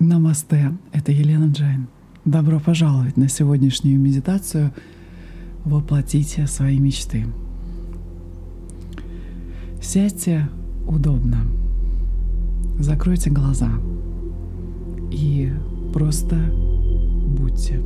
Намасте, это Елена Джайн. Добро пожаловать на сегодняшнюю медитацию «Воплотите свои мечты». Сядьте удобно, закройте глаза и просто будьте.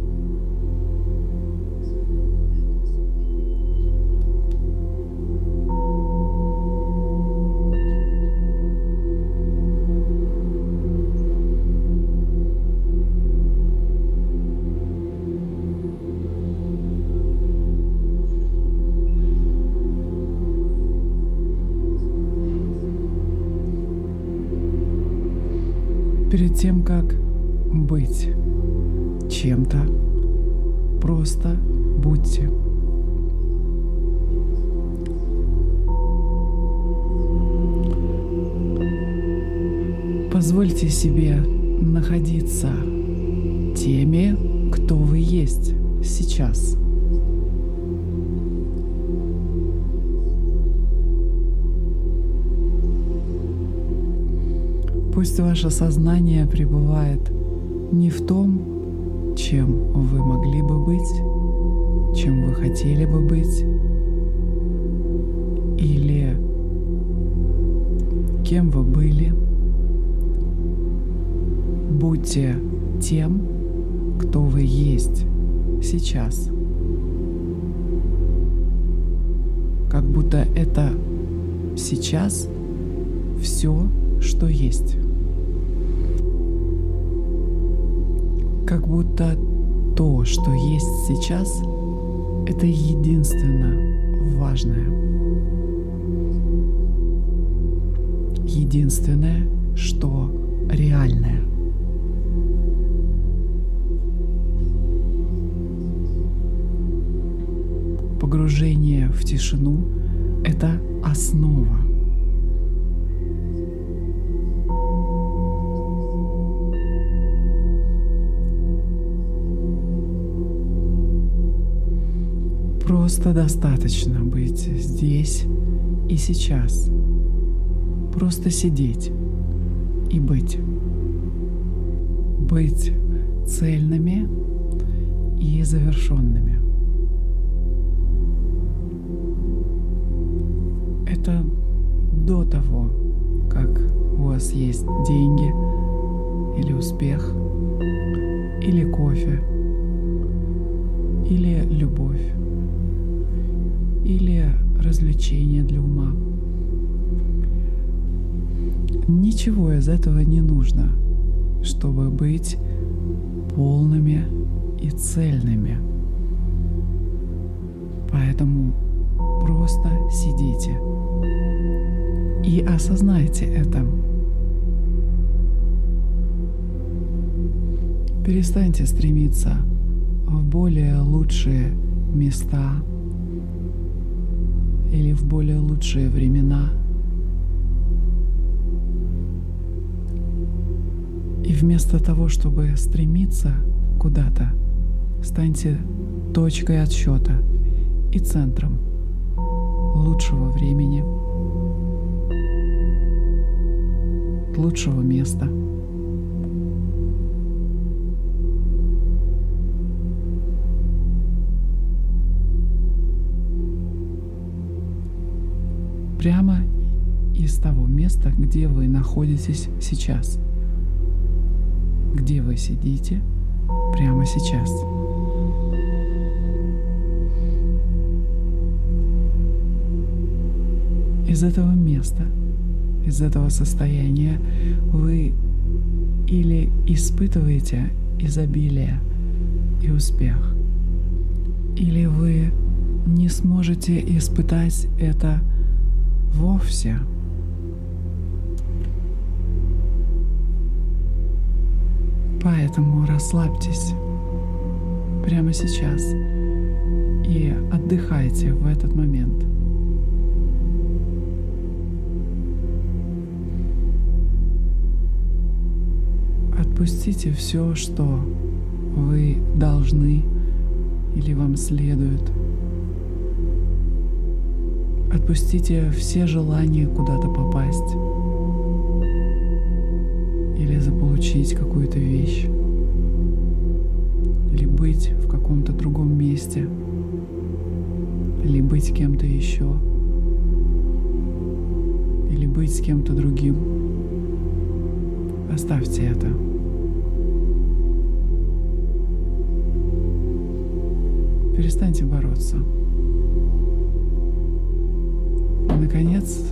Перед тем, как быть чем-то, просто будьте. Позвольте себе находиться теми, кто вы есть сейчас. Пусть ваше сознание пребывает не в том, чем вы могли бы быть, чем вы хотели бы быть, или кем вы были. Будьте тем, кто вы есть сейчас. Как будто это сейчас все, что есть. Как будто то, что есть сейчас, это единственно важное. Единственное, что реальное. Погружение в тишину — это основа. Просто достаточно быть здесь и сейчас. Просто сидеть и быть. Быть цельными и завершенными. Это до того, как у вас есть деньги, или успех, или кофе, или любовь, или развлечения для ума. Ничего из этого не нужно, чтобы быть полными и цельными. Поэтому просто сидите и осознайте это. Перестаньте стремиться в более лучшие места или в более лучшие времена. И вместо того, чтобы стремиться куда-то, станьте точкой отсчета и центром лучшего времени, лучшего места. Прямо из того места, где вы находитесь сейчас, где вы сидите прямо сейчас. Из этого места, из этого состояния вы или испытываете изобилие и успех, или вы не сможете испытать это вовсе. Поэтому расслабьтесь прямо сейчас и отдыхайте в этот момент. Отпустите все, что вы должны или вам следует. Отпустите все желания куда-то попасть или заполучить получить какую-то вещь, или быть в каком-то другом месте, или быть кем-то еще, или быть с кем-то другим. Оставьте это. Перестаньте бороться. И, наконец,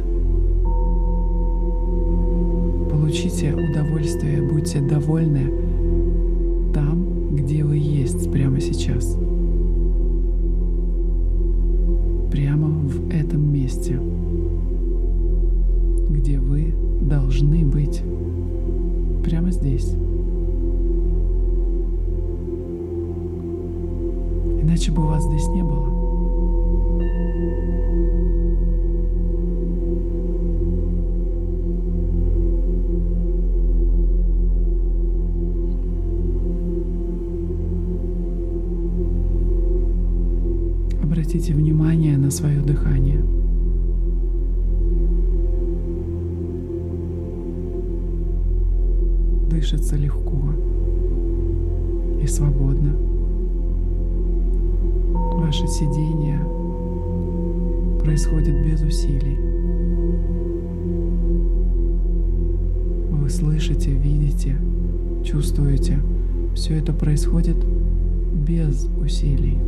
получите удовольствие, будьте довольны там, где вы есть прямо сейчас. Прямо в этом месте, где вы должны быть. Прямо здесь. Иначе бы вас здесь не было. Обратите внимание на свое дыхание. Дышится легко и свободно. Ваше сидение происходит без усилий. Вы слышите, видите, чувствуете. Все это происходит без усилий.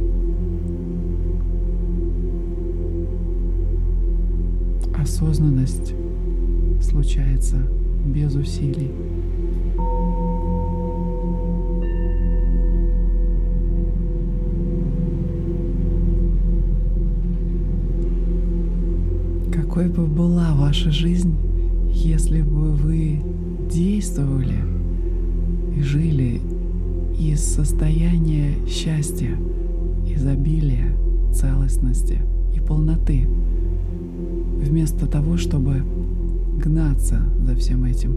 Осознанность случается без усилий. Какой бы была ваша жизнь, если бы вы действовали и жили из состояния счастья, изобилия, целостности и полноты, вместо того, чтобы гнаться за всем этим?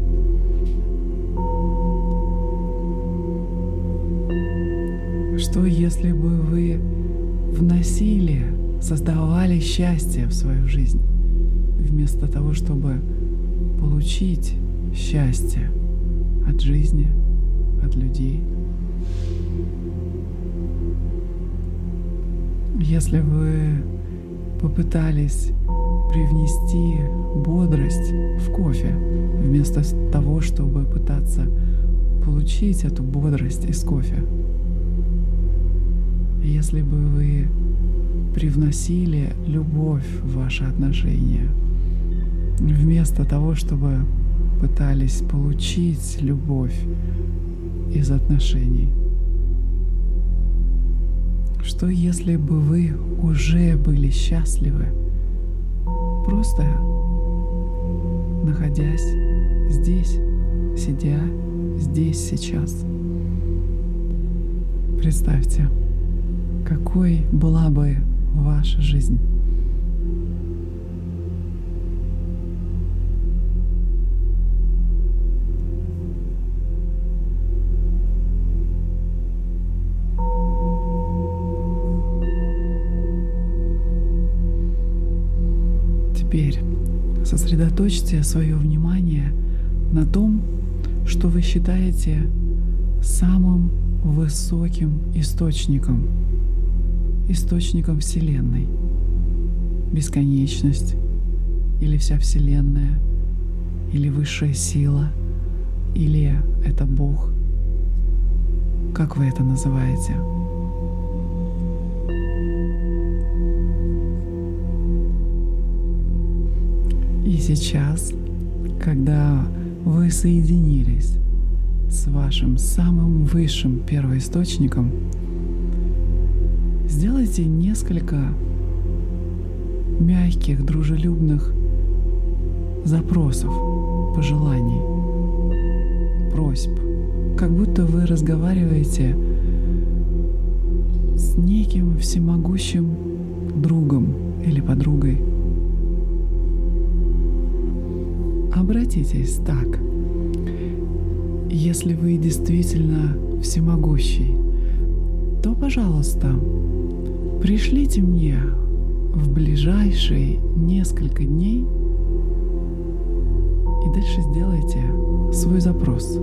Что если бы вы вносили, создавали счастье в свою жизнь, вместо того, чтобы получить счастье от жизни, от людей? Если вы попытались привнести бодрость в кофе, вместо того, чтобы пытаться получить эту бодрость из кофе? Если бы вы привносили любовь в ваши отношения, вместо того, чтобы пытались получить любовь из отношений? Что если бы вы уже были счастливы, просто находясь здесь, сидя здесь сейчас? Представьте, какой была бы ваша жизнь. Теперь сосредоточьте свое внимание на том, что вы считаете самым высоким источником Вселенной. Бесконечность, или вся Вселенная, или высшая сила, или это Бог. Как вы это называете? И сейчас, когда вы соединились с вашим самым высшим первоисточником, сделайте несколько мягких, дружелюбных запросов, пожеланий, просьб, как будто вы разговариваете с неким всемогущим другом или подругой. Обратитесь так. Если вы действительно всемогущий, то, пожалуйста, пришлите мне в ближайшие несколько дней И дальше сделайте свой запрос.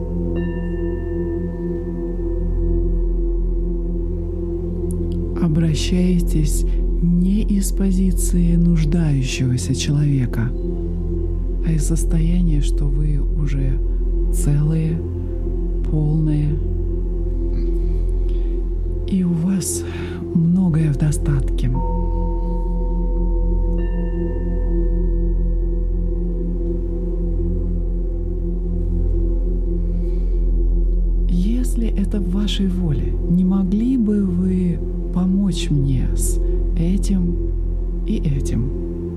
Обращайтесь не из позиции нуждающегося человека, а из состояния, что вы уже целые, полные, и у вас многое в достатке. Если это в вашей воле, не могли бы вы помочь мне с этим и этим?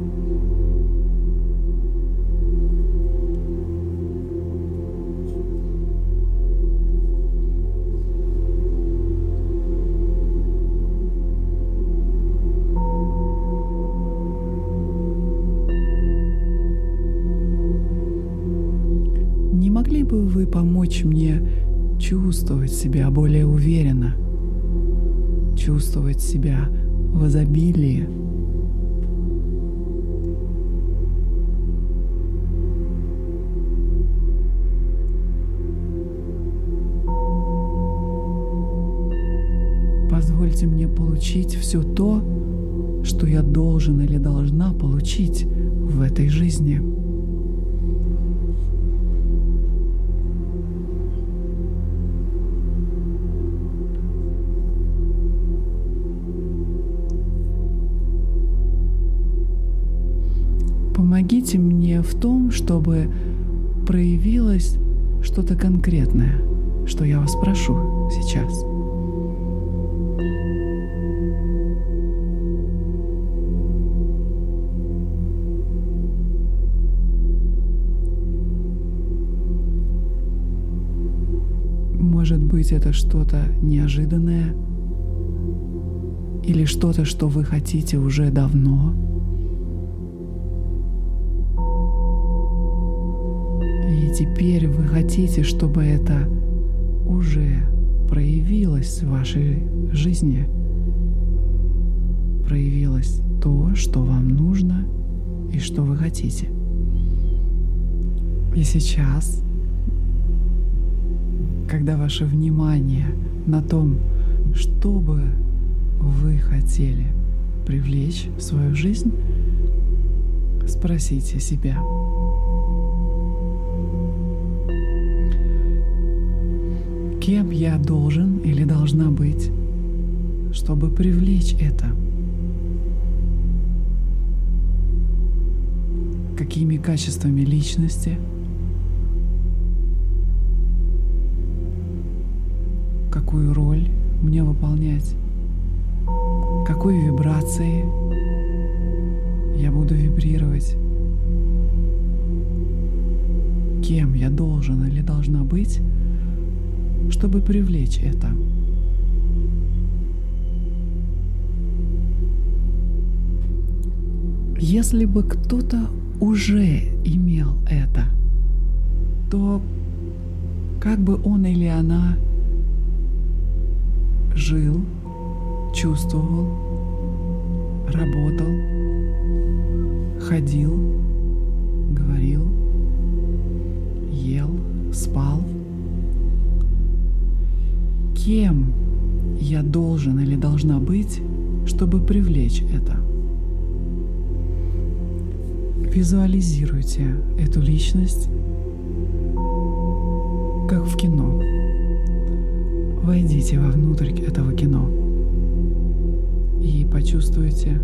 Не могли бы вы помочь мне чувствовать себя более уверенно, чувствовать себя в изобилии? Позвольте мне получить все то, что я должен или должна получить в этой жизни. Помогите мне в том, чтобы проявилось что-то конкретное, что я вас прошу сейчас. Может быть, это что-то неожиданное или что-то, что вы хотите уже давно. И теперь вы хотите, чтобы это уже проявилось в вашей жизни, проявилось то, что вам нужно и что вы хотите. И сейчас, когда ваше внимание на том, что бы вы хотели привлечь в свою жизнь, спросите себя: кем я должен или должна быть, чтобы привлечь это? Какими качествами личности? Какую роль мне выполнять? Какой вибрации я буду вибрировать? Кем я должен или должна быть, чтобы привлечь это? Если бы кто-то уже имел это, то как бы он или она жил, чувствовал, работал, ходил, говорил, ел, спал? Кем я должен или должна быть, чтобы привлечь это? Визуализируйте эту личность, как в кино. Войдите вовнутрь этого кино и почувствуйте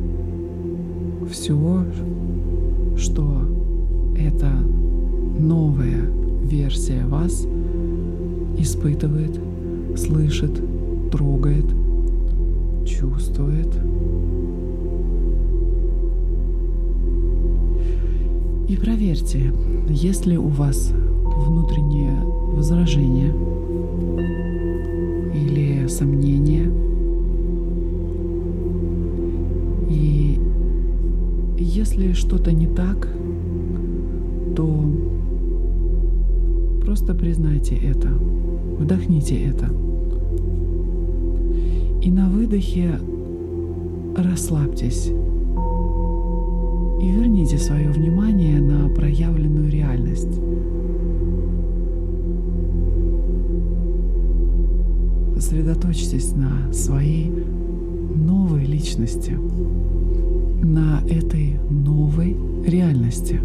все, что эта новая версия вас испытывает, слышит, трогает, чувствует. И проверьте, есть ли у вас внутреннее возражение или сомнение. И если что-то не так, то просто признайте это, вдохните это. И на выдохе расслабьтесь. И верните свое внимание на проявленную реальность. Сосредоточьтесь на своей новой личности, на этой новой реальности.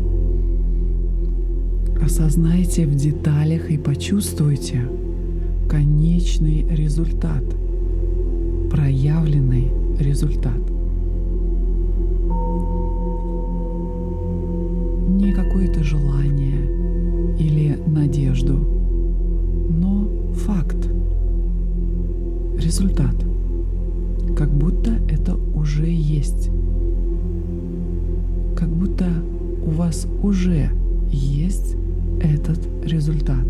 Осознайте в деталях и почувствуйте конечный результат, проявленный результат. Не какое-то желание или надежду, но факт, результат, как будто это уже есть, как будто у вас уже есть этот результат.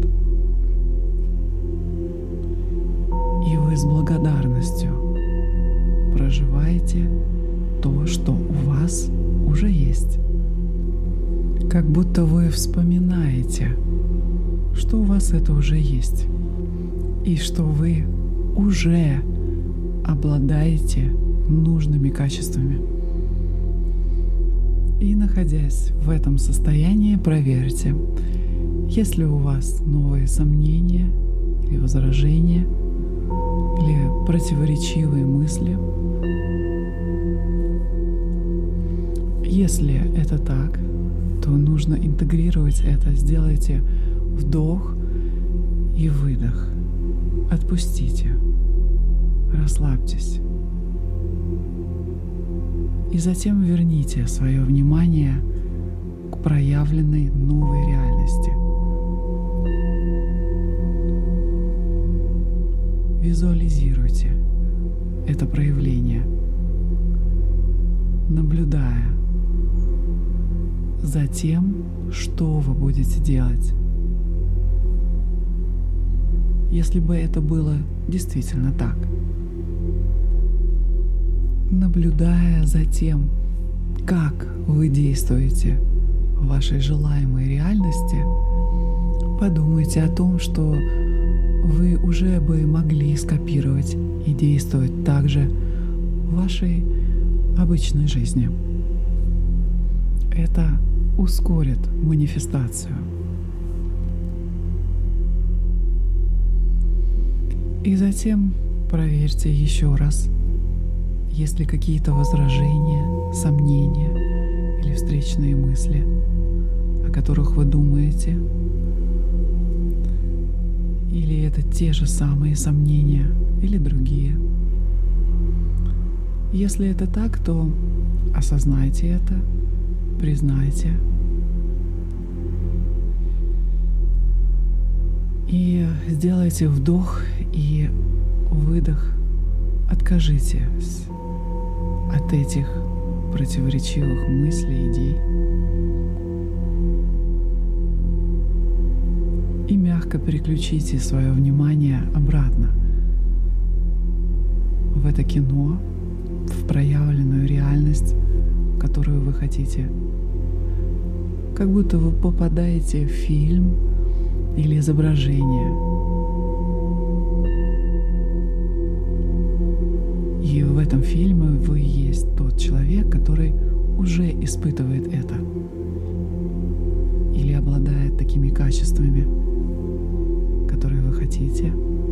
И вы с благодарностью проживаете то, что у вас уже есть. Как будто вы вспоминаете, что у вас это уже есть, и что вы уже обладаете нужными качествами. И, находясь в этом состоянии, проверьте, есть ли у вас новые сомнения или возражения, или противоречивые мысли. Если это так, то нужно интегрировать это. Сделайте вдох и выдох. Отпустите. Расслабьтесь. И затем верните свое внимание к проявленной новой реальности. Визуализируйте это проявление, наблюдая за тем, что вы будете делать. Если бы это было действительно так. Наблюдая за тем, как вы действуете в вашей желаемой реальности, подумайте о том, что вы уже бы могли скопировать и действовать так же в вашей обычной жизни. Это ускорит манифестацию. И затем проверьте еще раз, есть ли какие-то возражения, сомнения или встречные мысли, о которых вы думаете, или это те же самые сомнения или другие. Если это так, то осознайте это, признайте и сделайте вдох и выдох. Откажитесь от этих противоречивых мыслей, идей и мягко переключите свое внимание обратно в это кино, в проявленную реальность, которую вы хотите. Как будто вы попадаете в фильм или изображение. И в этом фильме вы есть тот человек, который уже испытывает это или обладает такими качествами, которые вы хотите.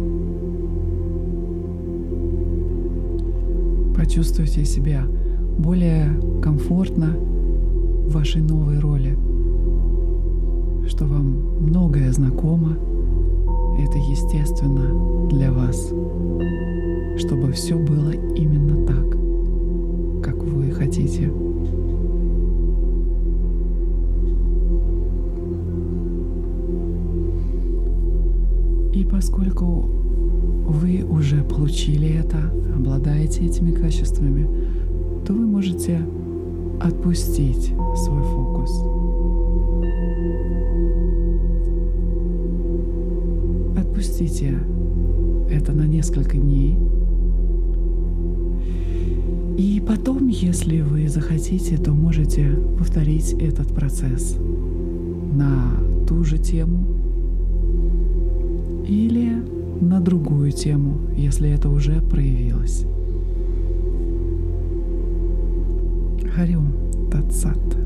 Почувствуйте себя более комфортно в вашей новой роли, что вам многое знакомо, это естественно для вас, чтобы все было именно так, как вы хотите. И поскольку вы уже получили это, обладаете этими качествами, то вы можете отпустить свой фокус. Отпустите это на несколько дней. И потом, если вы захотите, то можете повторить этот процесс на ту же тему или на другую тему, если это уже проявилось. Харим Тат Сат.